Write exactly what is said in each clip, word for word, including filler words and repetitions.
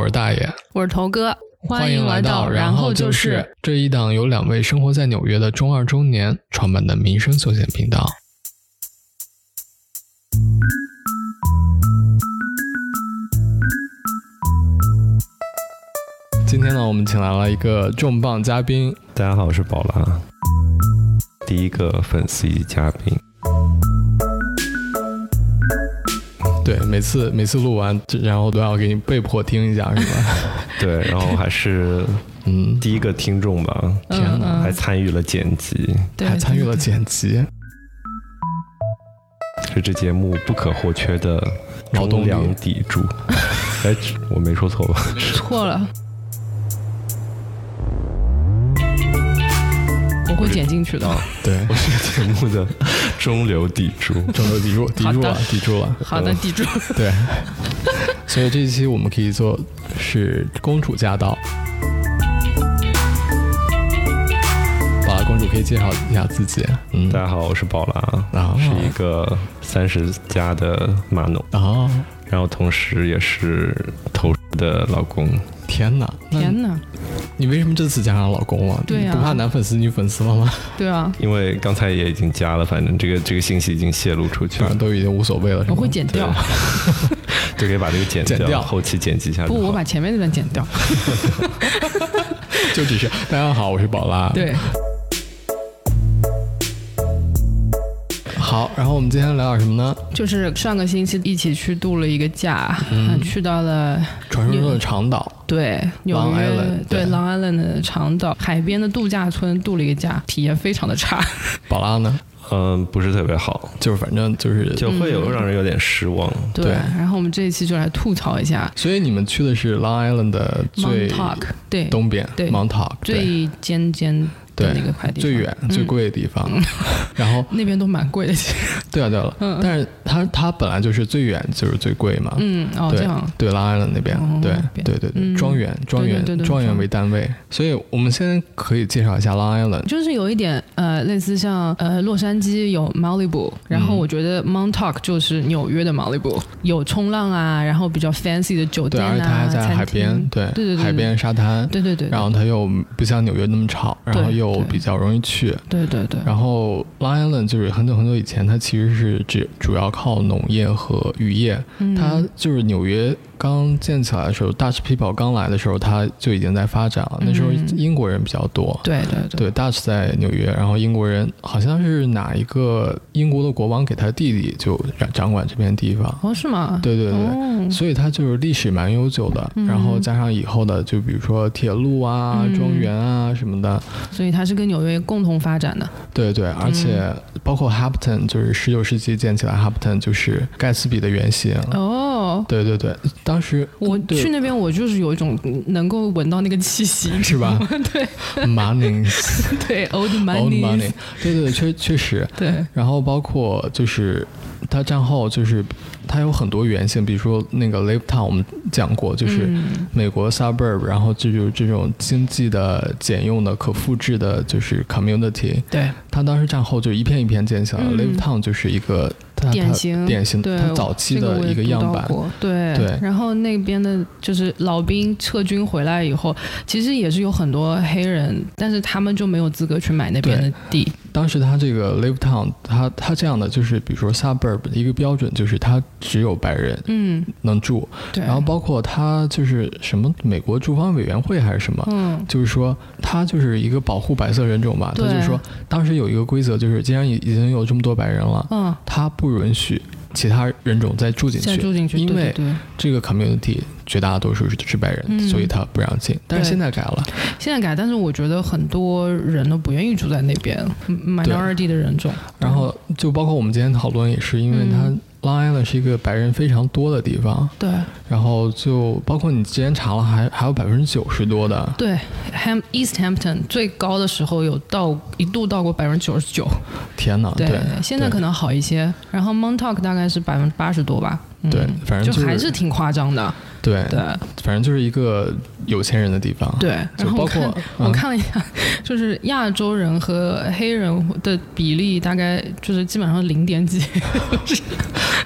是大爷， 我是头哥， 欢迎来到然后就是这一档由两位生活在纽约的中二中年创办的民生休闲频道。今天呢，我们请来了一个重磅嘉宾。 大家好，我是宝拉，第一个粉丝级嘉宾。 对，每次每次录完，然后都要给你被迫听一下，是吧？ 对，然后还是嗯第一个听众吧。 天哪， 还参与了剪辑， 还参与了剪辑， 是这节目不可或缺的中粮砥柱。哎，我没说错吧？ 错了。我会剪进去的。 啊、对，我是节目的中流砥柱， 中流砥柱，砥柱了，砥柱了。 好的，砥柱。 对，所以这一期我们可以做是公主驾到。宝拉公主可以介绍一下自己。 嗯，大家好，我是宝拉，啊、是一个三十加的码农， 哦， 然后同时也是头的老公。 天哪， 天哪！ 你为什么这次加上老公了？ 对呀、啊， 不怕男粉丝女粉丝了吗？ 对啊， 因为刚才也已经加了，反正这个这个信息已经泄露出去了， 都已经无所谓了。 我会剪掉， 就可以把这个剪 掉, 剪掉，后期剪辑一下。 不，我把前面那段剪掉。 就只是大家好，我是宝拉。 对。 好，然后我们今天聊点什么呢？ 就是上个星期一起去度了一个假，嗯、去到了传说中的长岛， 对，纽约，对 Long Island 的长岛海边的度假村度了一个假，体验非常的差。 宝拉呢？ 嗯，不是特别好， 就是反正就是就会有让人有点失望。 嗯、对, 对，然后我们这一期就来吐槽一下。 所以你们去的是 Long Island 的最 Montauk， 对， 东边， 对 Montauk 最尖尖的那个块地方， 最远、嗯、最贵的地方。嗯、然后那边都蛮贵的，其实。 对啊，对了，嗯、但是它它本来就是最远就是最贵嘛。 嗯，哦， 对这样。 对 Long Island 那边，哦、对对对对，庄园庄园庄园为单位，所以我们现在可以介绍一下 Long Island， 就是有一点呃类似像呃洛杉矶有 Malibu， 然后我觉得 Montauk 就是纽约的 Malibu， 有冲浪啊，然后比较 fancy 的酒店啊， 对，而且它还在海边，对对对对， 海边沙滩， 对对 对, 对， 然后它又不像纽约那么吵，然后又比较容易去， 对对对。 然后 Long Island 就是很久很久以前，它其实是只主要靠农业和渔业，嗯、它就是纽约刚建起来的时候 ，Dutch people 刚来的时候，它就已经在发展了。那时候英国人比较多， 对对对，对 ，Dutch 在纽约，然后英国人好像是哪一个英国的国王给他弟弟就掌管这片地方。 哦，是吗？ 对对对，哦、所以它就是历史蛮悠久的。嗯、然后加上以后的，就比如说铁路啊、嗯、庄园啊什么的， 所以它是跟纽约共同发展的。 对对，而且包括 Hampton， 就是十九世纪建起来 Hampton 就是盖茨比的原型。 哦， 对对对。当时我去那边，我就是有一种能够闻到那个气息， 是吧？ 对 ，money， 对 ，old money， old money， 对对对，确确实， 对。 然后包括就是它战后就是它有很多原型，比如说那个 Live Town， 我们讲过，就是美国 suburb，、嗯、然后这就这种经济的简用的可复制的，就是 community。 对， 它当时战后就一片一片建起来了、嗯、，Live Town 就是一个。 典型典型，它早期的一个样板， 这个、对对。然后那边的就是老兵撤军回来以后，其实也是有很多黑人，但是他们就没有资格去买那边的地。 当时他这个 Live Town， 他他这样的就是，比如说 suburb 的一个标准就是他只有白人嗯能住， 嗯、对。 然后包括他就是什么美国住房委员会还是什么，嗯，就是说他就是一个保护白色人种吧，他就是说当时有一个规则就是，既然已经有这么多白人了，嗯，他不允许其他人种再住进去， 住进去， 因为这个 community 绝大多数是白人、嗯，所以他不让进。但是现在改了， 现在改，但是我觉得很多人都不愿意住在那边 ，minority 的人种。 然后就包括我们今天讨论也是，因为它、嗯、Long Island 是一个白人非常多的地方， 对。 然后就包括你之前查了还，还还有百分之九十多的， 对 ，Ham East Hampton 最高的时候有到一度到过百分之九十九。 天哪！ 对， 对现在可能好一些。然后 Montauk 大概是百分之八十多吧。嗯、 对，反正、就是、 就还是挺夸张的。 对对， 反正就是一个有钱人的地方。 对， 就包括然后我看、嗯、我看了一下，就是亚洲人和黑人的比例大概就是基本上零点几。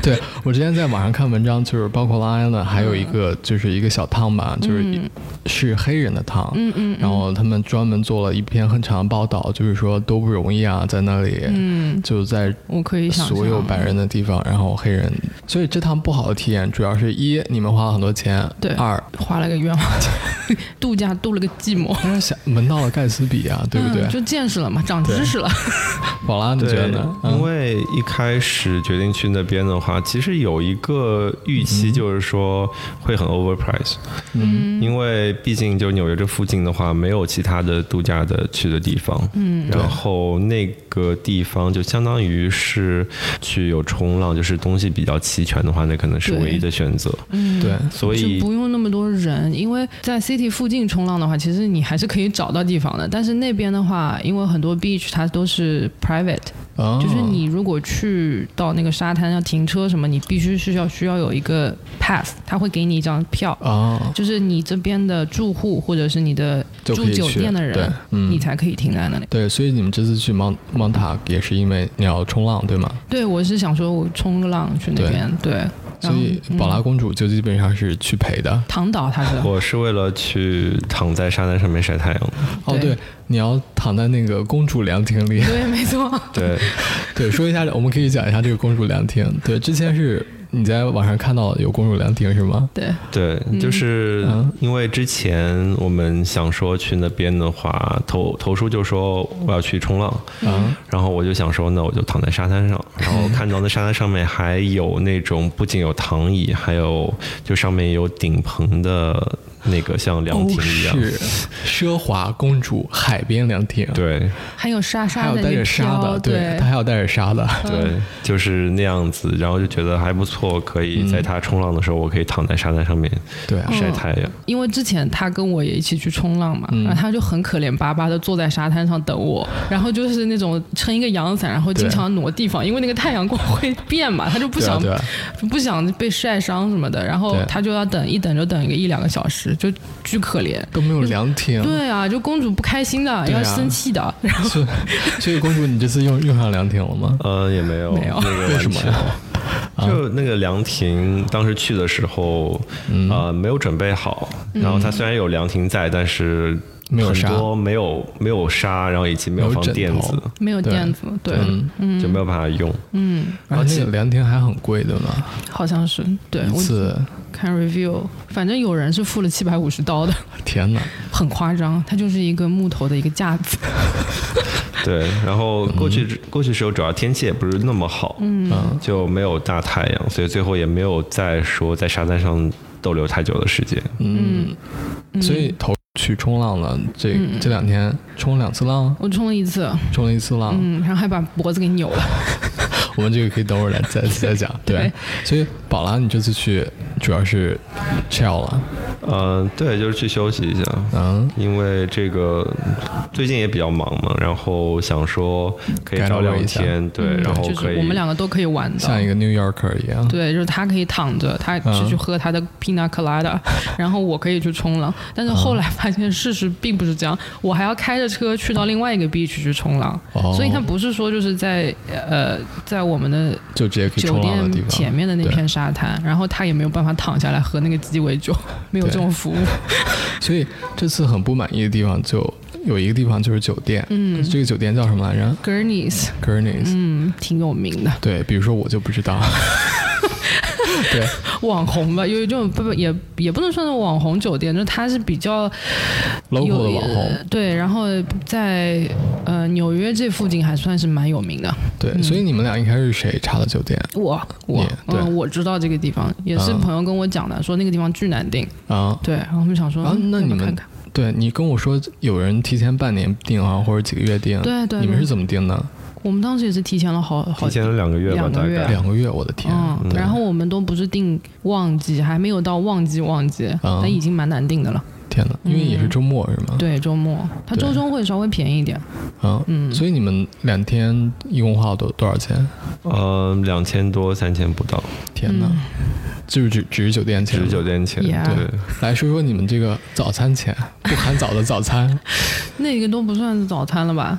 对，我之前在网上看文章，就是包括拉安的，还有一个就是一个小汤吧，嗯、就是是黑人的汤， 嗯嗯， 然后他们专门做了一篇很长的报道，就是说都不容易啊，在那里， 嗯， 就在我可以想所有白人的地方，然后黑人，所以这趟不好的体验主要是一你们花了很多钱， 对， 二花了个冤枉钱，度假度了个寂寞， 但是想闻到了盖茨比啊，对不对？ 嗯、就见识了嘛，长知识了。 宝拉，你觉得呢？ 因为一开始决定去那边的话，其实有一个预期，就是说会很 overprice，嗯，因为毕竟就纽约这附近的话，没有其他的度假的去的地方，嗯，然后那个地方就相当于是去有冲浪，就是东西比较齐全的话，那可能是唯一的选择， 嗯， 对， 所以就不用那么多人，因为在 city 附近冲浪的话，其实你还是可以找到地方的，但是那边的话，因为很多 beach 它都是 private。 哦、 就是你如果去到那个沙滩要停车什么，你必须是要需要有一个 pass， 他会给你一张票， 哦、 就是你这边的住户或者是你的住酒店的人， 嗯、 你才可以停在那里。 对，所以你们这次去 Mount Montauk 也是因为你要冲浪，对吗？ 对，我是想说我冲浪去那边，对。对所以宝拉公主就基本上是去陪的。 嗯、躺岛，她是我是为了去躺在沙滩上面晒太阳。 哦，对，你要躺在那个公主凉亭里。 对，没错。 对， 对，说一下，我们可以讲一下这个公主凉亭。对，之前是你在网上看到有公主凉亭是吗？ 对对，就是因为之前我们想说去那边的话，投投书就说我要去冲浪，嗯，然后我就想说，那我就躺在沙滩上，然后看到那沙滩上面还有那种不仅有躺椅，还有就上面有顶棚的那个像凉亭一样， 是奢华公主海边凉亭， 对， 还有沙沙的， 还有带着沙的，对，它还有带着沙的， 对，就是那样子，然后就觉得还不错，可以在他冲浪的时候，我可以躺在沙滩上面， 对、啊， 晒太阳、嗯。 因为之前他跟我也一起去冲浪嘛，嗯、然后他就很可怜巴巴的坐在沙滩上等我，然后就是那种撑一个阳伞，然后经常挪地方，因为那个太阳光会变嘛，他就不想、 对啊对啊、 不想被晒伤什么的，然后他就要等，一等就等一个一两个小时。就巨可怜， 都没有凉亭。 对啊，就公主不开心的，啊、要生气的。然后， 所以公主，你这次用用上凉亭了吗？ 呃，也没有， 没有。 那个为什么呀？ 就那个凉亭，当时去的时候，嗯、呃，没有准备好。然后它虽然有凉亭在，但是没有很多没有没有沙，然后以及没有放垫子， 没有垫子，对， 嗯，就没有办法用。 嗯， 然后那个凉亭还很贵的嘛， 好像是，对， 一次看 review， 反正有人是付了七百五十刀的， 天哪， 很夸张，它就是一个木头的一个架子。 对，然后过去、嗯、过去时候主要天气也不是那么好，嗯，就没有大太阳，所以最后也没有再说在沙滩上逗留太久的时间。 嗯，嗯所以头去冲浪了，这、嗯、这两天冲了两次浪， 我冲了一次， 冲了一次浪， 嗯，然后还把脖子给扭了。 我们这个可以等会儿来再再讲。对，对所以宝拉，你这次去主要是 chill 了。 嗯、呃，对，就是去休息一下。嗯，因为这个最近也比较忙嘛，然后想说可以找两天，对， 嗯、 然后可以、 就是我们两个都可以玩的， 像一个 New Yorker 一样。 对，就是他可以躺着，他是去喝他的 Pina Colada，、嗯、然后我可以去冲浪。但是后来发现事实并不是这样，我还要开着车去到另外一个 beach 去冲浪，哦、所以他不是说就是在呃在我们的就直接可以冲浪的地方酒店前面的那片沙滩，然后他也没有办法躺下来喝那个鸡尾酒，没有这种服务。 所以这次很不满意的地方就有一个地方就是酒店，嗯，这个酒店叫什么来着 ？Gurney's Gurney's， 嗯，挺有名的。 对，比如说我就不知道。对， 网红吧，有一种不不也也不能算是网红酒店，就是它是比较 local 的网红。 对，然后在呃纽约这附近还算是蛮有名的。 对，嗯、所以你们俩一开始谁查的酒店？ 我我嗯，我知道这个地方，也是朋友跟我讲的，嗯、说那个地方巨难订啊。对，然后我们想说， 啊，那你们看看。 对你跟我说有人提前半年订啊，或者几个月订。 对 对, 对。 你们是怎么订的？ 我们当时也是提前了好好提前了两个月吧， 两个月， 两个月，我的天！ 嗯，然后我们都不是订旺季，还没有到旺季旺季，嗯、但已经蛮难订的了。 天哪，因为也是周末、嗯、是吗？ 对，周末，它周中会稍微便宜一点。 嗯嗯，所以你们两天一共花了多多少钱？ 呃，两千多，三千不到。 天哪！嗯就是只只是酒店钱， 只是酒店钱。 Yeah. 对， 来说说你们这个早餐钱，不含早的早餐， 那个都不算是早餐了吧？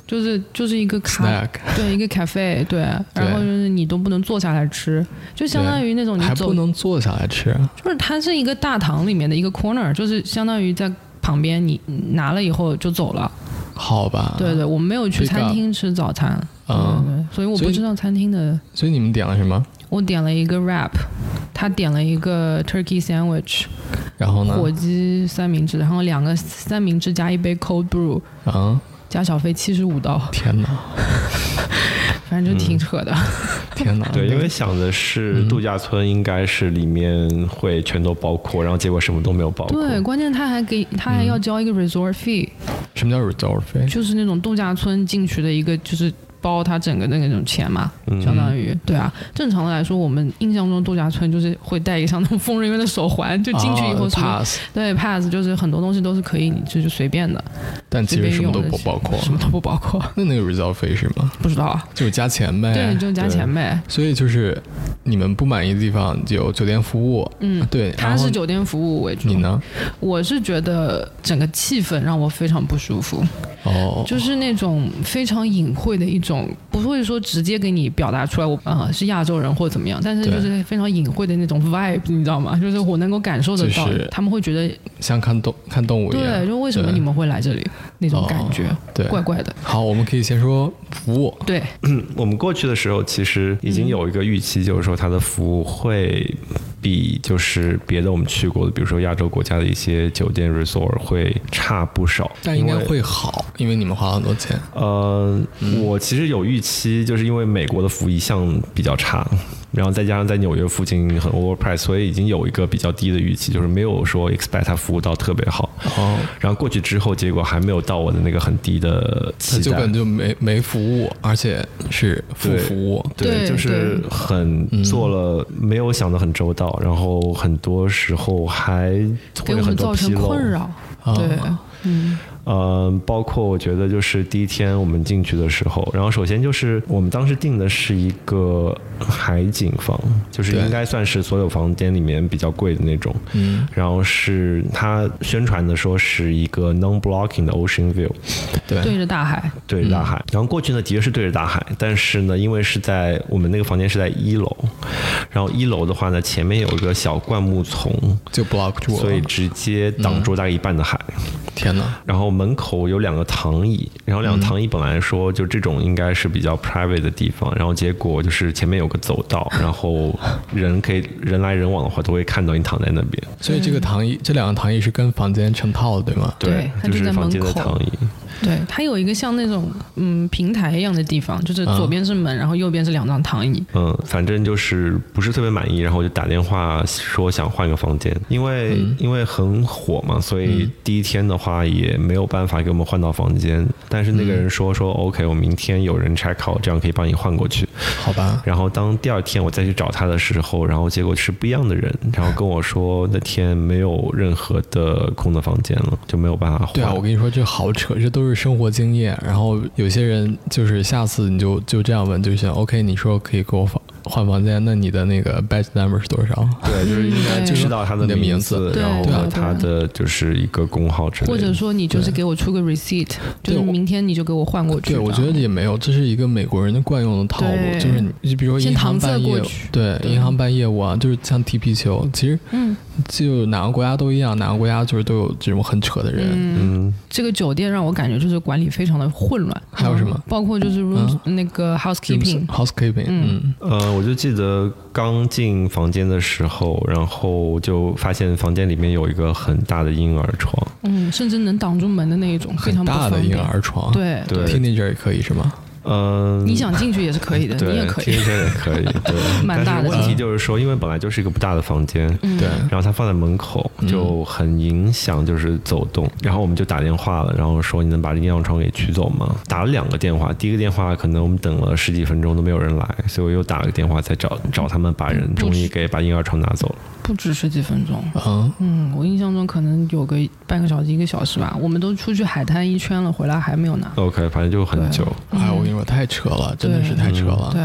就是就是一个咖 snack， 对，一个 cafe， 对，然后就是你都不能坐下来吃，就相当于那种你走还不能坐下来吃， 就是它是一个大堂里面的一个 corner， 就是相当于在旁边你拿了以后就走了。 好吧， 对对，我们没有去餐厅吃早餐，嗯，对对对，所以我不知道餐厅的。 所以你们点了什么？ 我点了一个 wrap， 他点了一个 turkey sandwich， 然后呢？ 火鸡三明治，然后两个三明治加一杯 cold brew， 啊， 加小费七十五刀。 天哪！ 反正就挺扯的。 嗯、天哪！ 对，因为想的是度假村应该是里面会全都包括，然后结果什么都没有包括。 对，关键他还给他还要交一个 resort fee。 什么叫 resort fee？ 就是那种度假村进去的一个就是。包他整个的那种钱嘛，相当于、嗯、对啊。正常的来说，我们印象中度假村就是会带一个像那种疯人院的手环，就进去以后、 哦、pass， 对 pass 就是很多东西都是可以，你就是随便的。 但其实什么都不包括， 什么都不包括。 那那个 resort 费是吗？ 不知道啊， 就是加钱呗。 对，就是加钱呗。 所以就是你们不满意的地方有酒店服务， 嗯， 对， 它是酒店服务为主。 你呢？ 我是觉得整个气氛让我非常不舒服。 哦， 就是那种非常隐晦的一种，不会说直接给你表达出来我啊、呃、是亚洲人或者怎么样，但是就是非常隐晦的那种 vibe， 你知道吗？就是我能够感受得到，就是、他们会觉得像看动看动物一样。 对，就为什么你们会来这里那种感觉、哦， 对， 怪怪的。 好，我们可以先说服务。 对， 我们过去的时候其实已经有一个预期，就是说它的服务会比就是别的我们去过的，比如说亚洲国家的一些酒店 resort 会差不少， 但应该会好，因为你们花了很多钱。 呃、嗯，我其实有预期，就是因为美国的服务一向比较差，然后再加上在纽约附近很 overprice， 所以已经有一个比较低的预期，就是没有说 expect 它服务到特别好。 哦， 然后过去之后，结果还没有到我的那个很低的期待， 就根本就没没服务，而且是负服务。 对，对就是很做了、嗯、没有想得很周到，然后很多时候还会有很多纰漏， 给我们造成困扰。对，嗯。 呃，包括我觉得就是第一天我们进去的时候，然后首先就是我们当时订的是一个海景房，就是应该算是所有房间里面比较贵的那种。嗯，然后是他宣传的说是一个 non-blocking 的 ocean view， 对， 对着大海， 对着大海。嗯、然后过去呢，的确是对着大海，但是呢，因为是在我们那个房间是在一楼，然后一楼的话呢，前面有一个小灌木丛， 就 block 住了， 所以直接挡住大概一半的海。嗯、 天哪！ 然后门口有两个躺椅，然后两个躺椅本来说就这种应该是比较 private 的地方，然后结果就是前面有个走道，然后人可以人来人往的话都会看到你躺在那边。 所以这个躺椅，这两个躺椅是跟房间成套的，对吗？ 对，就是房间的躺椅。 对，它有一个像那种嗯平台一样的地方，就是左边是门，嗯、然后右边是两张躺椅。 嗯，反正就是不是特别满意，然后我就打电话说想换个房间，因为、嗯、因为很火嘛，所以第一天的话也没有办法给我们换到房间。但是那个人说说 OK， 我明天有人 check out， 这样可以帮你换过去。 好吧。 然后当第二天我再去找他的时候，然后结果是不一样的人，然后跟我说那天没有任何的空的房间了，就没有办法换。 对啊，我跟你说这好扯，这都是生活经验。然后有些人就是下次你就就这样问，就行 OK， 你说可以给我换房间，那你的那个 badge number 是多少？ 对，就是应该知道他的名字， 然后他的就是一个工号之类的， 或者说你就是给我出个 receipt， 就是明天你就给我换过去。 对，我觉得也没有，这是一个美国人的惯用的套路，就是你比如说银行办业务，对，银行办业务啊，就是像踢皮球，其实嗯，就哪个国家都一样，哪个国家就是都有这种很扯的人。 嗯，这个酒店让我感觉就是管理非常的混乱。 还有什么？ 包括就是 room、嗯、那个 housekeeping，housekeeping， 嗯， 呃，我就记得刚进房间的时候，然后就发现房间里面有一个很大的婴儿床， 嗯，甚至能挡住门的那一种，非常不方便。 很大的婴儿床， 对对 ，teenager 也可以是吗？ 嗯， 你想进去也是可以的，你也可以， 听起来也可以，对， 蛮大的。 但是问题就是说，因为本来就是一个不大的房间， 对、嗯， 然后它放在门口就很影响就是走动、嗯，然后我们就打电话了，然后说你能把这婴儿床给取走吗？打了两个电话，第一个电话可能我们等了十几分钟都没有人来，所以我又打了个电话再找找他们，把人终于给把婴儿床拿走了。 不止十几分钟， 嗯嗯，我印象中可能有个半个小时一个小时吧，我们都出去海滩一圈了，回来还没有拿。 OK， 反正就很久。 哎，我跟你说太扯了，真的是太扯了。 对。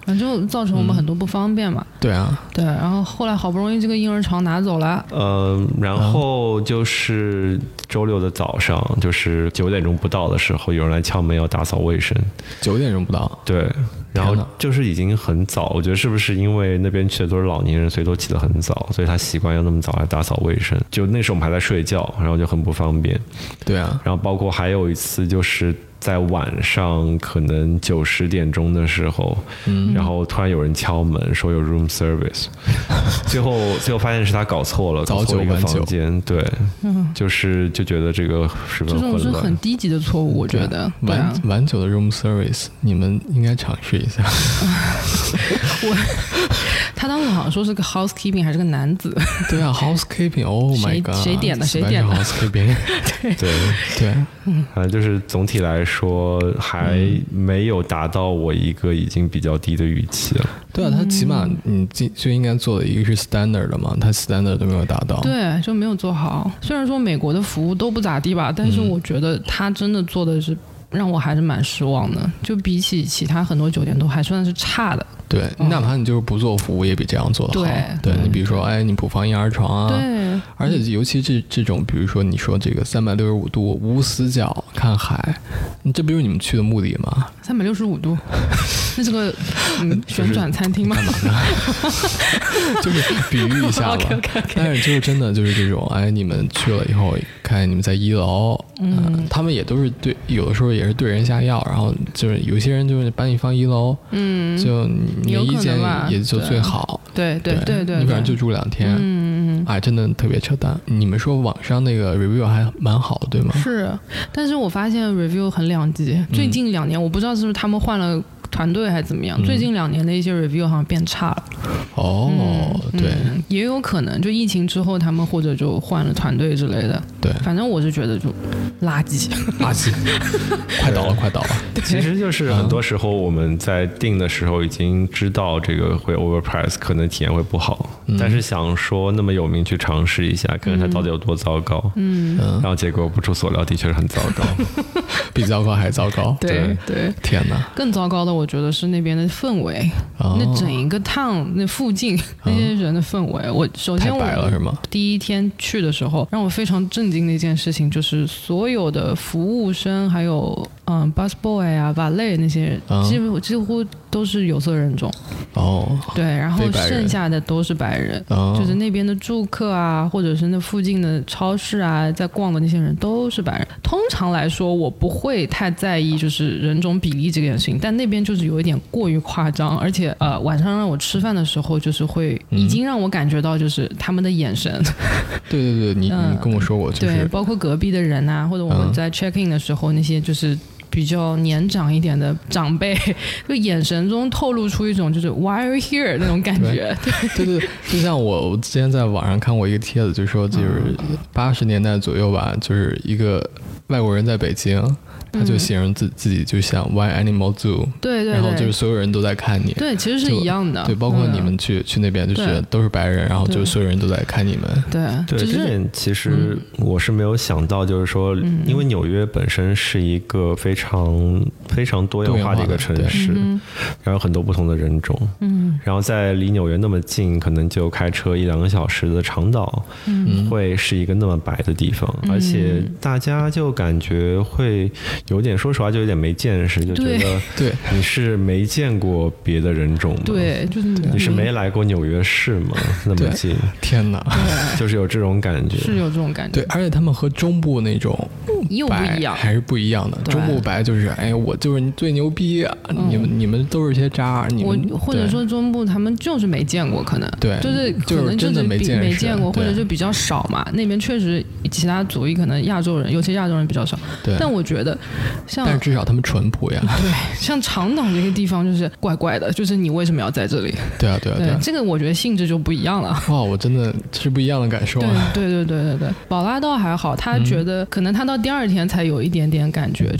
反正就造成我们很多不方便嘛。 嗯、对啊， 对，然后后来好不容易这个婴儿床拿走了， 呃，然后就是周六的早上，就是九点钟不到的时候，有人来敲门要打扫卫生。 九点钟不到， 对。然后就是已经很早，我觉得是不是因为那边去的都是老年人，所以都起得很早，所以他习惯要那么早来打扫卫生。就那时候我们还在睡觉，然后就很不方便。 对啊， 然后包括还有一次就是在晚上可能九十点钟的时候，嗯，然后突然有人敲门说有 room service， 最后最后发现是他搞错了，搞错了一个房间，对，嗯，就是就觉得这个十分混乱， 这种是很低级的错误，我觉得。 晚、啊、晚九的 room service， 你们应该尝试一下。 我他当时好像说是个 housekeeping 还是个男子。 对啊 ，housekeeping，Oh my god， 谁点的？谁点的 ？housekeeping， 对对对，嗯，反正就是总体来说还没有达到我一个已经比较低的预期了。 对啊，他起码你就应该做的一个是 standard 的嘛，他 standard 都没有达到， 对，就没有做好。虽然说美国的服务都不咋地吧，但是我觉得他真的做的是让我还是蛮失望的，就比起其他很多酒店都还算是差的。 对，你哪怕你就是不做服务，也比这样做的好。对，对你比如说，哎，你不放婴儿床啊， 对， 而且尤其这这种，比如说你说这个三百六十五度无死角看海，这不就是你们去的目的吗？ 三百六十五度，那这个、嗯、旋转餐厅吗？ 就是、干嘛呢？就是比喻一下吧。 okay, okay, okay. 但是就是真的就是这种，哎，你们去了以后，看你们在一楼，嗯、呃，他们也都是对，有的时候也是对人下药，然后就是有些人就是把你放一楼，嗯，就。你的意见也就最好， 对对对 对, 对， 你反正就住两天，嗯嗯，哎，真的特别扯淡。你们说网上那个 review 还蛮好的，对吗？ 是，但是我发现 review 很两极。最近两年，我不知道是不是他们换了团队还是怎么样，嗯、最近两年的一些 review 好像变差了。 哦，嗯、对、 嗯，也有可能就疫情之后，他们或者就换了团队之类的。 对， 反正我是觉得就垃圾， 垃圾，快倒了，快倒了。 其实就是很多时候我们在订的时候已经知道这个会 overprice， 可能体验会不好，嗯、但是想说那么有名去尝试一下，看看它到底有多糟糕。嗯，然后结果不出所料，的确是很糟糕， 比糟糕还糟糕。 对对， 天哪！ 更糟糕的，我觉得是那边的氛围，哦、那整一个 town 那附近那些人的氛围。我首先我太白了是吗？ 第一天去的时候，让我非常震惊的一件事情就是所有的服务生还有嗯 bus boy 啊 valet 那些人，嗯、几乎几乎都是有色人种。 哦， 对，然后剩下的都是白人，哦、就是那边的住客啊，或者是那附近的超市啊，在逛的那些人都是白人。通常来说，我不会太在意就是人种比例这件事情，但那边就是有一点过于夸张，而且呃，晚上让我吃饭的时候，就是会、嗯、已经让我感觉到就是他们的眼神。 对对对，你、嗯、你跟我说过，就是对，包括隔壁的人啊，或者我们在 check in 的时候，嗯、那些就是比较年长一点的长辈，就眼神中透露出一种就是 Why are you here 那种感觉。 对对对，就像我我之前在网上看过一个帖子，就说就是八十年代左右吧，就是一个外国人在北京。他就形容自自己就像 Why Animal Zoo， 对 对, 对， 然后就是所有人都在看你， 对，其实是一样的， 对，包括你们去、嗯、去那边就是都是白人，然后就是所有人都在看你们， 对对，这点其实我是没有想到，就是说，嗯、因为纽约本身是一个非常非常多元化的一个城市，然后有很多不同的人种，嗯，然后在离纽约那么近，可能就开车一两个小时的长岛，嗯，会是一个那么白的地方，嗯、而且大家就感觉会。有点说实话就有点没见识，就觉得对你是没见过别的人种吗？ 对，就是你是没来过纽约市吗？那么近， 天哪， 就是有这种感觉， 是有这种感觉。 对，而且他们和中部那种又不一样， 还是不一样的。中部白就是哎，我就是你最牛逼啊！嗯、你们你们都是些渣，你们我或者说中部他们就是没见过，可能对， 就是可能就是没见没见过，或者就比较少嘛。那边确实其他族裔可能亚洲人，尤其亚洲人比较少。 对， 但我觉得。像但是至少他们淳朴呀。 对，像长岛这个地方就是怪怪的，就是你为什么要在这里？ 对啊，对啊， 对啊。 这个我觉得性质就不一样了。 哇，我真的是不一样的感受啊。 对对对对对对，宝拉倒还好，他觉得可能他到第二天才有一点点感觉。就我们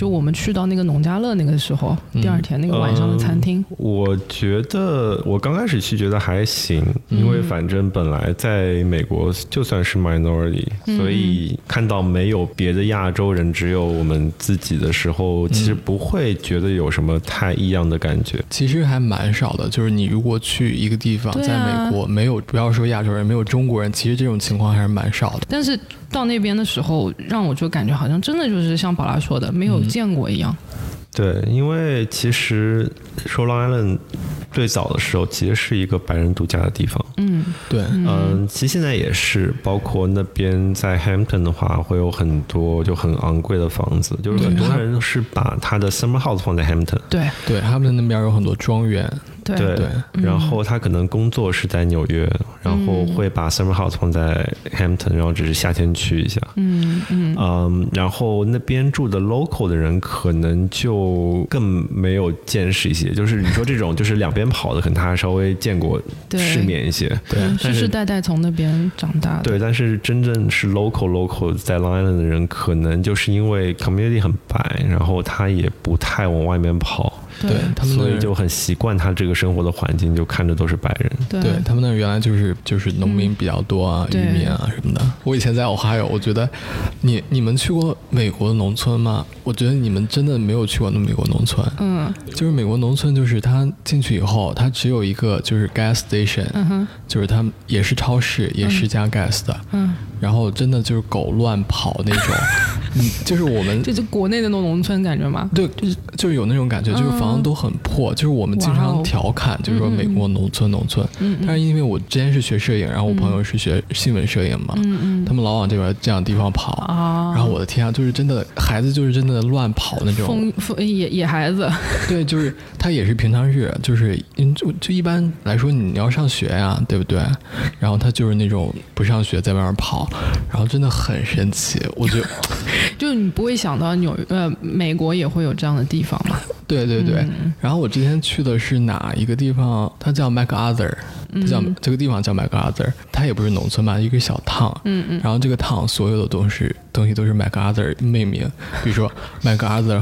去到那个农家乐那个时候，嗯、第二天那个晚上的餐厅、 嗯？我觉得我刚开始去觉得还行，嗯、因为反正本来在美国就算是 minority，、嗯、所以看到没有别的亚洲人，只有我们自己的时候，其实不会觉得有什么太异样的感觉。 其实还蛮少的，就是你如果去一个地方，在美国没有，不要说亚洲人，没有中国人，其实这种情况还是蛮少的。 但是到那边的时候，让我就感觉好像真的就是像宝拉说的，没有见过一样。 嗯、对，因为其实 Rhode Island 最早的时候其实是一个白人度假的地方。 嗯， 对， 嗯，其实现在也是，包括那边在 Hampton 的话，会有很多就很昂贵的房子，就是很多人是把他的 summer house 放在 Hampton。 对， 对，他们那边有很多庄园。 对对, 对、嗯，然后他可能工作是在纽约，然后会把 summer house 放在 Hampton， 然后只是夏天去一下。 嗯嗯嗯，然后那边住的 local 的人可能就更没有见识一些，就是你说这种就是两边跑的，可能他稍微见过世面一些。 对，世世代代从那边长大的。 对，但是真正是 local local 在 Long Island 的人，可能就是因为 community 很白，然后他也不太往外面跑。 对， 他们所以就很习惯他这个生活的环境，就看着都是白人。 对， 对他们那原来就是就是农民比较多啊，嗯、渔民啊什么的。我以前在 Ohio， 我觉得你你们去过美国的农村吗？我觉得你们真的没有去过那美国农村。 嗯， 就是美国农村，就是它进去以后，它只有一个就是 gas station， 嗯哼， 就是它也是超市，也是加 gas 的。 嗯， 然后真的就是狗乱跑那种。嗯，就是我们就是国内的那种农村感觉吗？ 对，就是就是有那种感觉，就是房子都很破，嗯、就是我们经常调侃，就是说美国农村农村。 嗯， 但是因为我之前是学摄影，然后我朋友是学新闻摄影嘛， 嗯嗯， 他们老往这边这样的地方跑啊， 然后我的天啊，就是真的孩子就是真的乱跑那种， 疯疯野野孩子。 对，就是他也是平常日，就是就就一般来说你要上学呀，对不对？然后他就是那种不上学在外面跑，然后真的很神奇，我觉得。 就是你不会想到纽呃美国也会有这样的地方嘛？ 对对对、嗯。然后我之前去的是哪一个地方？它叫 MacArthur， 它叫、嗯、这个地方叫 MacArthur， 它也不是农村吧，一个小town。 嗯嗯。 然后这个 town 所有的东西东西都是 MacArthur 命名，比如说 MacArthur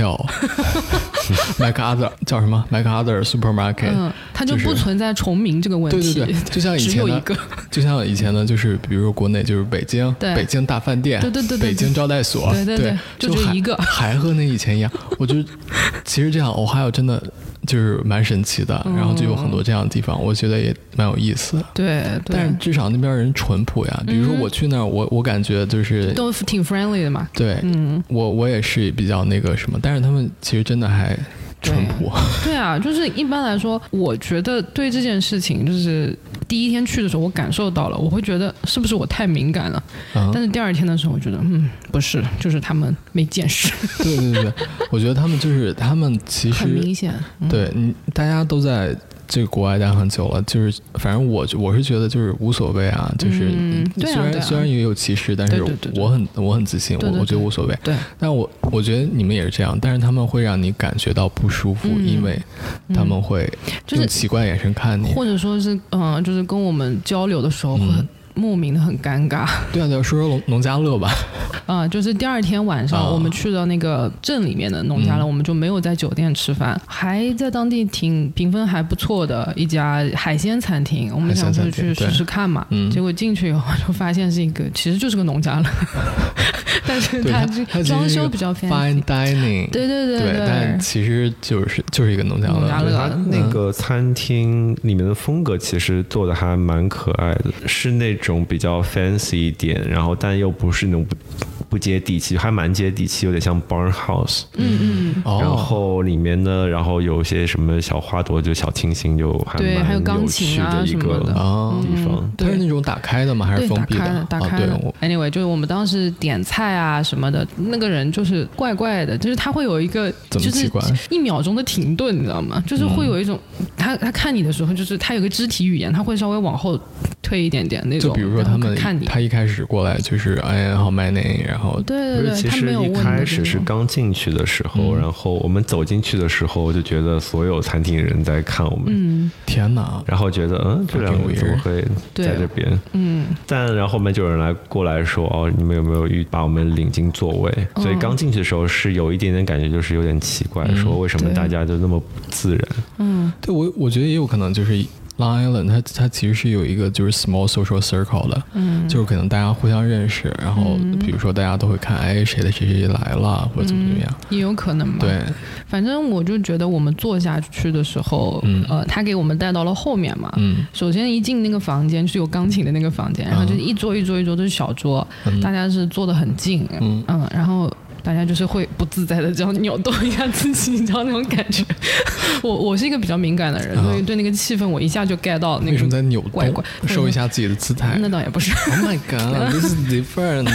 Hotel。MacArthur 叫什么 ？MacArthur Supermarket， 嗯，它就不存在重名这个问题。 对对对，就像以前的，就像以前的，就是比如说国内就是北京，北京大饭店， 对对 对, 对， 北京招待所， 对对 对, 对，就这一个， 还和那以前一样。我觉得其实这样，Ohio真的就是蛮神奇的， 嗯、 然后就有很多这样的地方，我觉得也蛮有意思的。 对，对但是至少那边人淳朴呀。比如说我去那儿，我我感觉就是都挺 friendly 的嘛。 对，嗯，我我也是比较那个什么，但是他们其实真的还。淳朴。 对啊，就是一般来说，我觉得对这件事情，就是第一天去的时候，我感受到了，我会觉得是不是我太敏感了？嗯、但是第二天的时候，我觉得嗯，不是，就是他们没见识。 对对对，我觉得他们就是他们其实很明显， 嗯、对你大家都在。这个国外待很久了，就是反正我我是觉得就是无所谓啊，就是、 嗯对啊、 虽然对啊虽然也有歧视，但是我很我很自信， 对对对我我觉得无所谓。 对， 但我我觉得你们也是这样，但是他们会让你感觉到不舒服， 嗯、 因为他们会用奇怪眼神看你， 就是、或者说是嗯、呃，就是跟我们交流的时候会。嗯莫名的很尴尬。 对啊，对啊，说说农农家乐吧。 啊、呃，就是第二天晚上，我们去到那个镇里面的农家乐，嗯、我们就没有在酒店吃饭，还在当地挺评分还不错的一家海鲜餐厅。我们想说去试试看嘛，结果进去以后就发现是一个，其实就是个农家乐，但是它装修比较 fine dining。 对对对对, 对，但其实就是就是一个农家乐。 农家乐它那个餐厅里面的风格其实做的还蛮可爱的，是那种。种比较 fancy 一点，然后但又不是那种不不接地气，还蛮接地气，有点像 barn house。 嗯嗯。 然后里面呢，然后有些什么小花朵，就小清新，就还蛮有趣的一个地方。 它是那种打开的吗？还是封闭的？ 打开的。哦、anyway， 就是我们当时点菜啊什么的，那个人就是怪怪的，就是他会有一个就是一秒钟的停顿，你知道吗？就是会有一种、嗯、他他看你的时候，就是他有个肢体语言，他会稍微往后退一点点那种。 就比如说他们看你， 他一开始过来就是哎好 my name， 然后对对对， 其实一开始是刚进去的时候，嗯、然后我们走进去的时候就觉得所有餐厅人在看我们， 嗯， 天哪， 然后觉得嗯这两个怎么会在这边， 嗯， 但然后后面就有人来过来说哦你们有没有预把我们领进座位？嗯、所以刚进去的时候是有一点点感觉就是有点奇怪，嗯、说为什么大家就那么不自然？ 嗯， 对我我觉得也有可能就是。Long Island 它它其实是有一个就是 small social circle 的，嗯，就是可能大家互相认识，然后比如说大家都会看，哎，谁的谁谁来了，或者怎么怎么样， 也有可能吧。 对， 反正我就觉得我们坐下去的时候，嗯，呃，他给我们带到了后面嘛，嗯，首先一进那个房间就是有钢琴的那个房间，然后就一桌一桌一桌都是小桌，嗯、大家是坐得很近，嗯嗯，然后。大家就是会不自在的这样扭动一下自己，你知道那种感觉。我我是一个比较敏感的人，所以对那个气氛我一下就 get 到那个。 为什么在扭动？ 怪怪， 收一下自己的姿态。 那倒也不是。 Oh my god, this is different.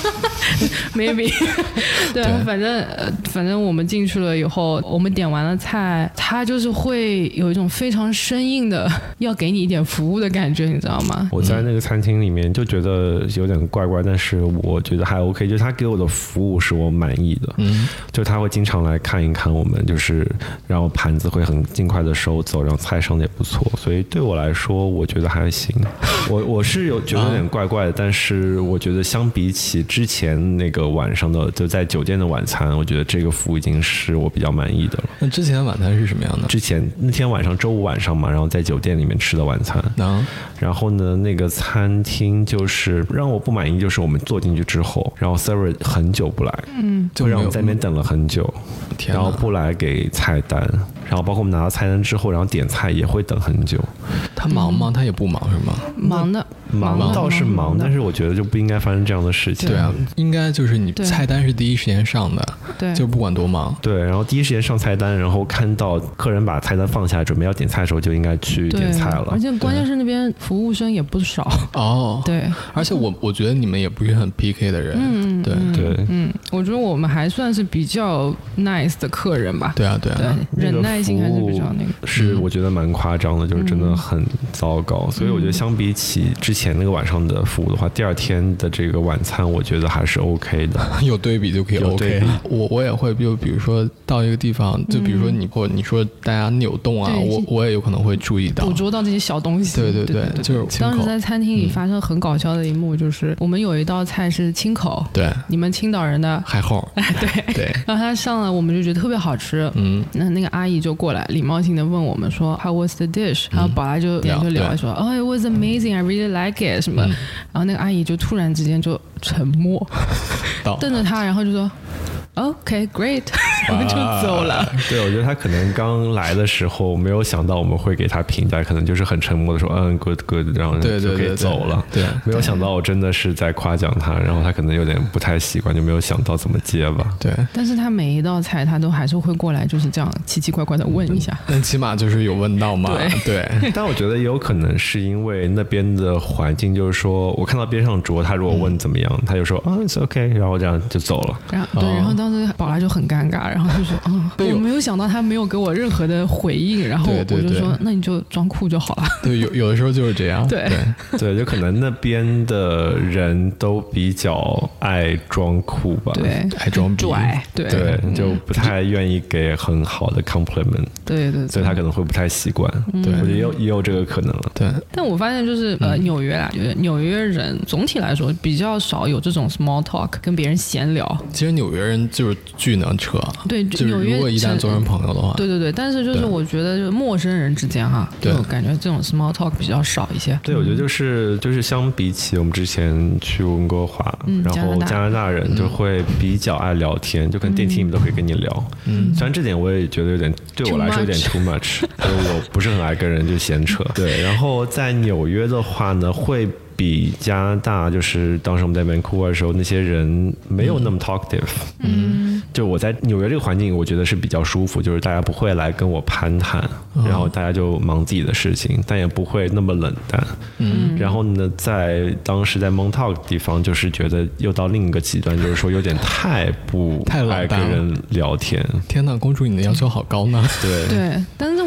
Maybe 对。对，反正呃，反正我们进去了以后，我们点完了菜，他就是会有一种非常生硬的要给你一点服务的感觉，你知道吗？ 我在那个餐厅里面就觉得有点怪怪，但是我觉得还 OK， 就是他给我的服务是我满意的，嗯，就他会经常来看一看我们，就是然后盘子会很尽快的收走，然后菜上的也不错，所以对我来说我觉得还行。我我是有觉得有点怪怪的，啊、但是我觉得相比起之前那个晚上的就在酒店的晚餐，我觉得这个服务已经是我比较满意的了。 那之前的晚餐是什么样的？ 之前那天晚上周五晚上嘛，然后在酒店里面吃的晚餐，啊、然后呢那个餐厅就是让我不满意，就是我们坐进去之后，然后 server 很久不来，嗯。就让我们在那边等了很久，然后不来给菜单，然后包括我们拿到菜单之后，然后点菜也会等很久。 他忙吗？他也不忙是吗？ 忙的， 忙倒是忙，但是我觉得就不应该发生这样的事情。 对啊，应该就是你菜单是第一时间上的， 对， 就不管多忙。 对，然后第一时间上菜单，然后看到客人把菜单放下，准备要点菜的时候，就应该去点菜了。 而且关键是那边服务生也不少哦。 对， 而且我我觉得你们也不是很 P K 的人， 嗯， 对对， 嗯，我觉得我们还算是比较 nice 的客人吧。 对啊，对啊， 对，忍耐性还是比较那个。 是，我觉得蛮夸张的，就是真的很糟糕。所以我觉得相比起之前那个晚上的服务的话，第二天的这个晚餐，我觉得还是 OK 的。 有对比就可以 OK。我我也会，就比如说到一个地方，就比如说你或你说大家扭动啊，我我也有可能会注意到， 捕捉到这些小东西。 对对对，就是当时在餐厅里发生很搞笑的一幕，就是我们有一道菜是清口， 对， 你们青岛人的海后， 对对。 然后他上了，我们就觉得特别好吃，嗯，那那个阿姨就过来，礼貌性的问我们说 How was the dish？、嗯、然后宝拉就就聊说，哦、oh, ，it was amazing, I really like it 什么、嗯，然后那个阿姨就突然之间就沉默，瞪着他，然后就说。OK, great， 然后就走了。 对，我觉得他可能刚来的时候没有想到我们会给他评价，可能就是很沉默的说，嗯 ，good good， 然后就可以走了。 对， 没有想到我真的是在夸奖他，然后他可能有点不太习惯，就没有想到怎么接吧。 对， 但是他每一道菜他都还是会过来，就是这样奇奇怪怪的问一下。 但起码就是有问到嘛。对， 对但我觉得也有可能是因为那边的环境，就是说我看到边上桌，他如果问怎么样，嗯、他就说啊、oh, ，it's OK， 然后这样就走了。 然后对，然后当时宝拉就很尴尬，然后就说，嗯，我没有想到他没有给我任何的回应，然后我就说， 对对对那你就装酷就好了。 对，有有的时候就是这样。 对对对，就可能那边的人都比较爱装酷吧， 对， 爱装逼， 对对，就不太愿意给很好的 compliment， 对 对, 对， 所以他可能会不太习惯。对，我觉得也有也有这个可能了。 对， 但我发现就是呃，纽约啊，就是纽约人总体来说比较少有这种 small talk， 跟别人闲聊。 其实纽约人就是巨能扯， 对， 就是如果一旦做成朋友的话， 对对对。但是就是我觉得，就陌生人之间哈，就感觉这种 small talk 比较少一些。 对，我觉得就是就是相比起我们之前去温哥华，嗯、然后加拿大人就会比较爱聊天，嗯、就可能电梯里面都可以跟你聊。嗯，虽然这点我也觉得有点对我来说有点 too much， 就是我不是很爱跟人就闲扯。对，然后在纽约的话呢，会比加拿大，就是当时我们在 Vancouver 的时候，那些人没有那么 talkative。嗯，就我在纽约这个环境，我觉得是比较舒服，就是大家不会来跟我攀谈，嗯、然后大家就忙自己的事情，但也不会那么冷淡。嗯，然后呢，在当时在 Montauk 的地方，就是觉得又到另一个极端，就是说有点太不太爱跟人聊天。 天哪，公主你的要求好高呢。 对对，但是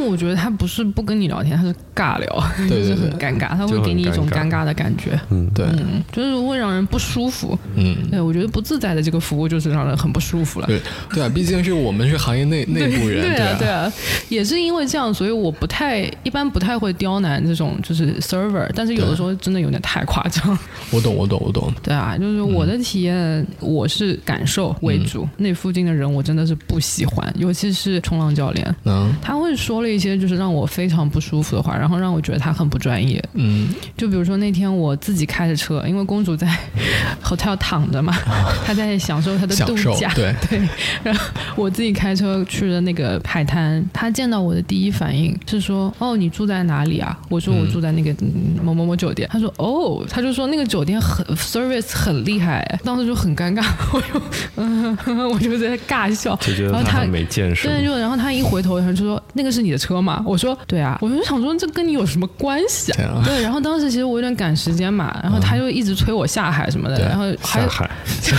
我觉得他不是不跟你聊天，他是尬聊， 对对对， 就是很尴尬，他会给你一种尴尬的感觉。 嗯，对， 嗯，就是会让人不舒服。 嗯， 对，我觉得不自在的这个服务就是让人很不舒服了。 对对啊，毕竟是我们是行业内内部人， 对啊对啊，也是因为这样，所以我不太一般不太会刁难这种就是 server， 但是有的时候真的有点太夸张。 我懂，我懂，我懂。 对啊，就是我的体验，嗯、我是感受为主，嗯、那附近的人我真的是不喜欢，尤其是冲浪教练，嗯，他会说了一些就是让我非常不舒服的话，然后让我觉得他很不专业。嗯，就比如说那天我自己开着车，因为公主在 hotel 躺着嘛，她在享受她的度假， 对对，然后我自己开车去了那个海滩，她见到我的第一反应是说：“哦，你住在哪里啊？”我说：“我住在那个某某某酒店。”她说：“哦，她就说那个酒店很 service 很厉害。”当时就很尴尬，我就嗯，我就在尬笑， 就觉得他很没见识。 对，就然后他一回头，他就说：“那个是你的车吗？”我说：“对啊。”我就想说这跟你有什么关系啊？对，然后当时其实我有点赶时间嘛，然后他就一直催我下海什么的，然后还下海。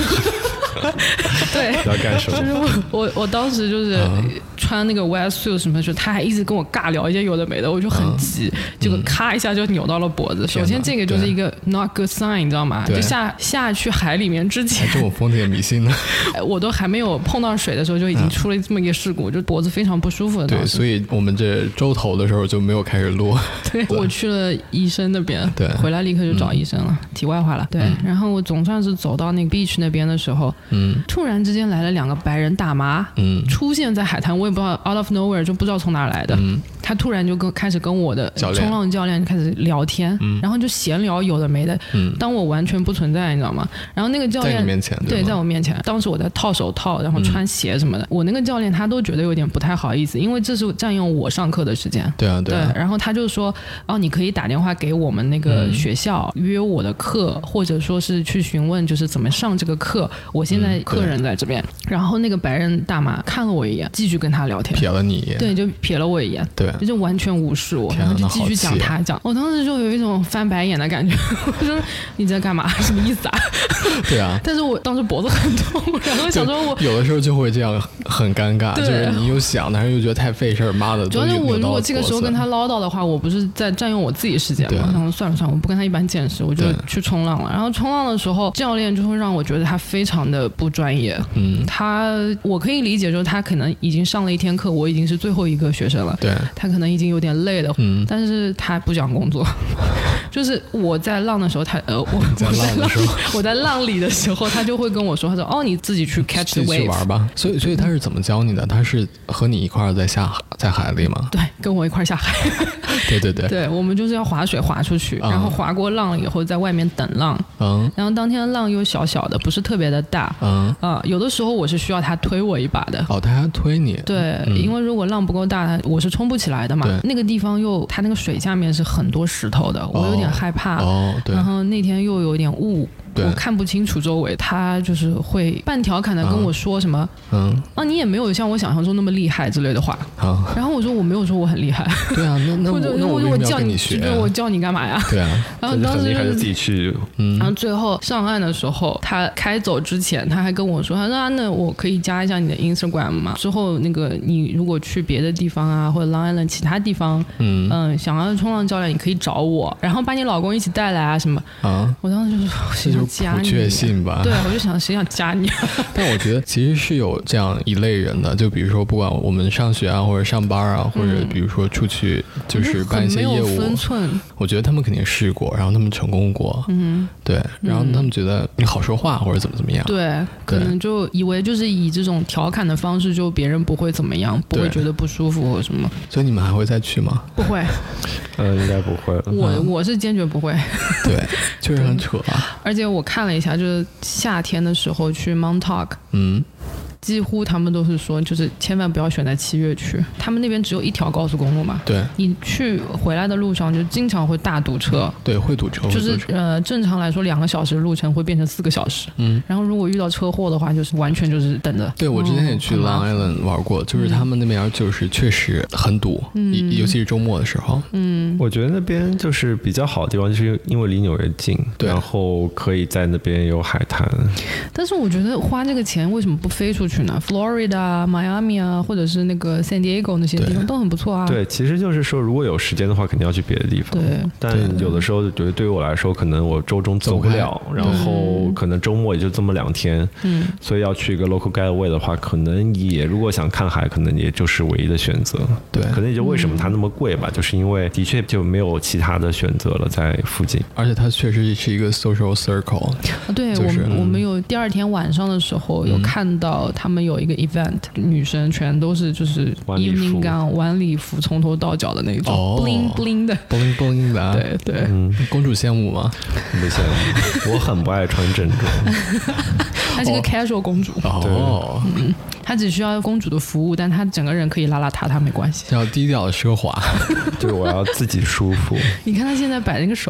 对， 要干什么？ 就是我我我当时就是穿那个 wetsuit 什么，就他还一直跟我尬聊一些有的没的，我就很急，结果咔一下就扭到了脖子。首先这个就是一个 not good sign， 你知道吗？就下下去海里面之前， 这种封建迷信呢， 我都还没有碰到水的时候就已经出了这么一个事故，就脖子非常不舒服的。 对，所以我们这周头的时候就没有开始录。 对，我去了医生那边，对，回来立刻就找医生了。题外话了，对，然后我总算是走到那个 beach 那边的时候。嗯，突然之间来了两个白人大妈，嗯，出现在海滩，我也不知道 out of nowhere 就不知道从哪儿来的，嗯，他突然就跟开始跟我的冲浪教练开始聊天，嗯，然后就闲聊有的没的，嗯，当我完全不存在，你知道吗？然后那个教练在你面前， 对，在我面前，当时我在套手套，然后穿鞋什么的，嗯，我那个教练他都觉得有点不太好意思，因为这是占用我上课的时间， 对啊，对啊， 对，然后他就说，哦，你可以打电话给我们那个学校，嗯，约我的课，或者说是去询问就是怎么上这个课，我现在客人在这边，嗯，然后那个白人大妈看了我一眼，继续跟他聊天， 瞥了你一眼， 对，就瞥了我一眼， 对， 就完全无视我，然后就继续讲他讲，我当时就有一种翻白眼的感觉，我说你在干嘛？什么意思啊？ 对啊， 但是我当时脖子很痛，然后想说我有的时候就会这样很尴尬，就是你又想，但是又觉得太费事儿，妈的， 主要是我如果这个时候跟他唠叨的话，我不是在占用我自己时间吗？然后算了算了，我不跟他一般见识，我就去冲浪了。然后冲浪的时候，教练就会让我觉得他非常的不专业。嗯，他我可以理解，就是他可能已经上了一天课，我已经是最后一个学生了， 对， 他可能已经有点累了，嗯，但是他不讲工作。就是我在浪的时候，他呃，我在浪的时候， 我在浪里的时候，他就会跟我说，他说哦，你自己去 catch the wave 去玩吧。所以，所以他是怎么教你的？他是和你一块儿在下在海里吗？ 对，跟我一块儿下海。 对对对， 对，我们就是要划水划出去，嗯，然后划过浪以后，在外面等浪。嗯，然后当天的浪又小小的，不是特别的大。嗯啊，有的时候我是需要他推我一把的。 哦，他还推你？ 对，嗯，因为如果浪不够大，我是冲不起来的嘛。那个地方又，它那个水下面是很多石头的，我有点害怕。哦，对。然后那天又有点雾。我看不清楚周围，他就是会半调侃的跟我说什么，嗯，啊，你也没有像我想象中那么厉害之类的话，啊，然后我说我没有说我很厉害， 对啊，那那我那我我叫你学， 对，我叫你干嘛呀？ 对啊， 然后当时就自己去， 嗯，然后最后上岸的时候，他开走之前，他还跟我说，他说啊，那我可以加一下你的 Instagram 吗？之后那个你如果去别的地方啊，或者 Long Island 其他地方，嗯嗯，想要冲浪教练，你可以找我，然后把你老公一起带来啊什么，啊，我当时就说，谁想加你？ 确信吧， 对，我就想谁想加你。 但我觉得其实是有这样一类人的，就比如说不管我们上学啊，或者上班啊，或者比如说出去就是办一些业务， 没有分寸。 我觉得他们肯定试过，然后他们成功过，嗯，对，然后他们觉得你好说话或者怎么怎么样， 对，可能就以为就是以这种调侃的方式，就别人不会怎么样，不会觉得不舒服或什么。 所以你们还会再去吗？ 不会， 呃，应该不会了。 我我是坚决不会。 对，确实很扯啊。 而且我看了一下，就是夏天的时候去 Montauk， 嗯。几乎他们都是说，就是千万不要选在七月去，他们那边只有一条高速公路嘛。 对， 你去回来的路上就经常会大堵车。 对，会堵车。 就是呃，正常来说两个小时的路程会变成四个小时。嗯。然后如果遇到车祸的话，就是完全就是等着。 对，我之前也去 Long Island 玩过，就是他们那边就是确实很堵，嗯、尤其是周末的时候。 嗯，我觉得那边就是比较好的地方，就是因为离纽约近，然后可以在那边有海滩。 但是我觉得花这个钱为什么不飞出处去呢 ，Florida、Miami 啊，或者是那个 San Diego 那些地方都很不错啊。 对，其实就是说，如果有时间的话，肯定要去别的地方。 对， 但有的时候觉得对于我来说，可能我周中走不了，然后可能周末也就这么两天，嗯，所以要去一个 local getaway 的话，可能也如果想看海，可能也就是唯一的选择。 对， 可能也就为什么它那么贵吧，嗯、就是因为的确就没有其他的选择了在附近， 而且它确实是一个 social circle。 对、就是、我们我们有第二天晚上的时候有看到他们有一个 event，、嗯、女生全都是就是 evening gown 晚礼服从头到脚的那种、哦、bling bling 的 bling bling 的、啊， 对对、 嗯，公主羡慕吗？ 不羡慕，我很不爱穿正装。 她是个 casual 公主， 哦， 嗯，她只需要公主的服务，但她整个人可以邋邋遢遢没关系， 要低调的奢华， 就是我要自己舒服。 你看她现在摆那个手。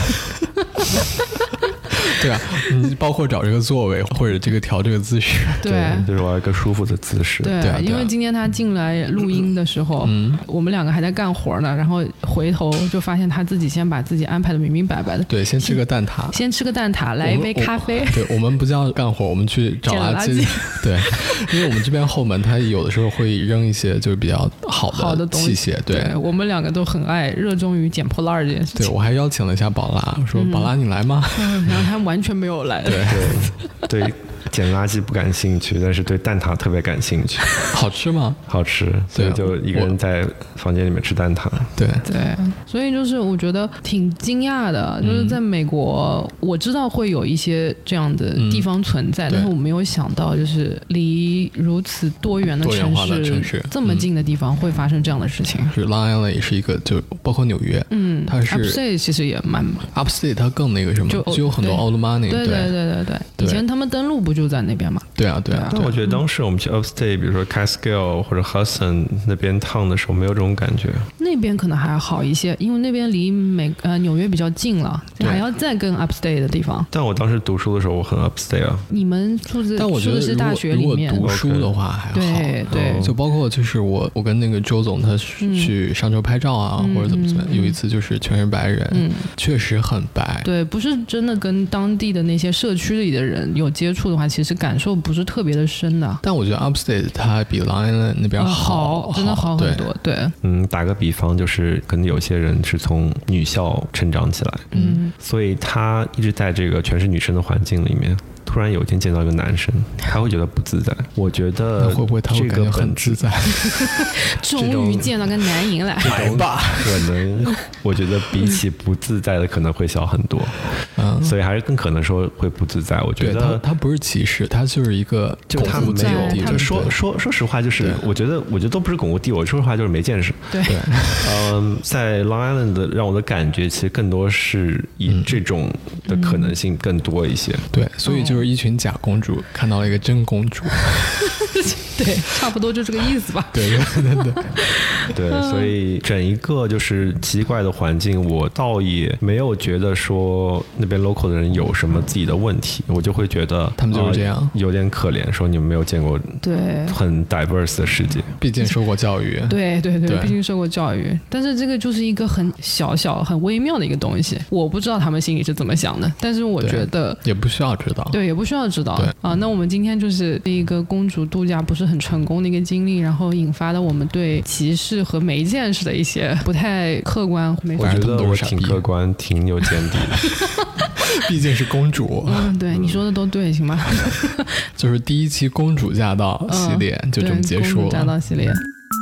对啊，你包括找这个座位或者这个调这个姿势， 对， 对就是我要一个舒服的姿势。 对， 对啊， 因为今天他进来录音的时候，嗯，我们两个还在干活呢，然后回头就发现他自己先把自己安排的明明白白的。 对，先吃个蛋挞， 先吃个蛋挞，来一杯咖啡。 对，我们不叫干活，我们去找垃圾。对，因为我们这边后门他有的时候会扔一些就是比较好的好的器械。对， 对我们两个都很爱热衷于捡破烂这件事情。 对，我还邀请了一下宝拉，我说、嗯、宝拉你来吗？ 嗯，然后他完全没有来。 对对对，捡垃圾不感兴趣，但是对蛋挞特别感兴趣。 好吃吗？ 好吃，所以就一个人在房间里面吃蛋挞。 对对，所以就是我觉得挺惊讶的，就是在美国、嗯、我知道会有一些这样的地方存在、嗯、但是我没有想到就是离如此多元的城市, 城市这么近的地方会发生这样的事情。 是 Long Island 也是一个，就包括纽约， 嗯， 它是 Upstate 其实也蛮 Upstate 它更那个什么，就, 就有很多 old money。 对对对对对，以前他们登陆不就在那边吗？ 对啊对啊。 但我觉得当时我们去 Upstate 比如说 Catskill 或者 Hudson 那边趟的时候没有这种感觉。 那边可能还好一些，因为那边离美呃纽约比较近了，还要再更 Upstate 的地方。 但我当时读书的时候我很 Upstate 啊。 你们住的但我觉得是大学里面， 如果读书的话还好。 对对， 就包括就是我我跟那个周总他去上周拍照啊、嗯、或者怎么怎么样、嗯、有一次就是全是白人、嗯、确实很白。 对，不是真的跟当地的那些社区里的人有接触的话，其实感受不是特别的深的。 但我觉得 Upstate 它比 Long Island 那边好、 嗯、好，真的好很多。对， 嗯，打个比方就是可能有些人是从女校成长起来，嗯，所以他一直在这个全是女生的环境里面，突然有一天见到一个男生，他会觉得不自在。我觉得会不会他会感觉很自在？ 终于见到个男人来吧？ 可能我觉得比起不自在的可能会小很多，嗯，所以还是更可能说会不自在。我觉得他他不是歧视，他就是一个就他没有，就说说说实话，就是我觉得我觉得都不是巩固地位，我说实话就是没见识。 对， 嗯，在 Long Island 的让我的感觉其实更多是以这种的可能性更多一些。嗯、 对，所以就是一群假公主看到了一个真公主。 对，差不多就这个意思吧。 对对对对对，所以整一个就是奇怪的环境，我倒也没有觉得说那边 local 的人有什么自己的问题，我就会觉得他们就是这样，呃、 有点可怜，说你们没有见过对很 diverse 的世界， 毕竟受过教育。 对对 对, 对，毕竟受过教育。但是这个就是一个很小小、很微妙的一个东西，我不知道他们心里是怎么想的，但是我觉得也不需要知道。 对，也不需要知道。对啊，那我们今天就是一个公主度假不是很成功的一个经历，然后引发了我们对歧视和没见识的一些不太客观。 我觉得我挺客观，挺有见地的。 毕竟是公主。 嗯，对，你说的都对，行吗？ 就是第一期公主驾到系列、嗯、就这么结束了。公主驾到系列。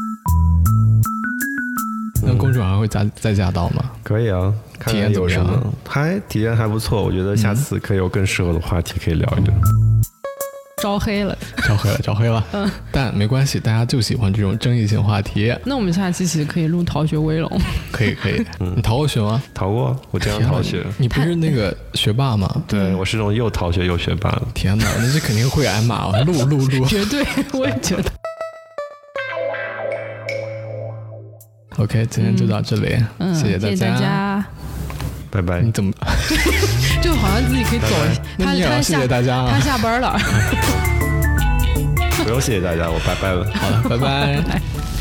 那公主还会再再驾到吗？ 可以啊， 体验有什么？ 还体验还不错，我觉得下次可以有更适合的话题可以聊一聊。 招黑了， 招黑了，招黑了。嗯，但没关系，大家就喜欢这种争议性话题。 那我们下期其实可以录逃学威龙。 可以，可以。嗯，你逃过学吗？ 逃过，我经常逃学。 你不是那个学霸吗？ 对，我是那种又逃学又学霸的。 天哪，那这肯定会挨骂哦！录录录， 绝对，我也觉得。 OK， 今天就到这里， 嗯， 谢谢大家， 谢谢大家， 拜拜。 你怎么就好像自己可以走？ 那你也要谢谢大家啊！ 他下班了， 不用谢谢大家，我拜拜了。 好了，拜拜。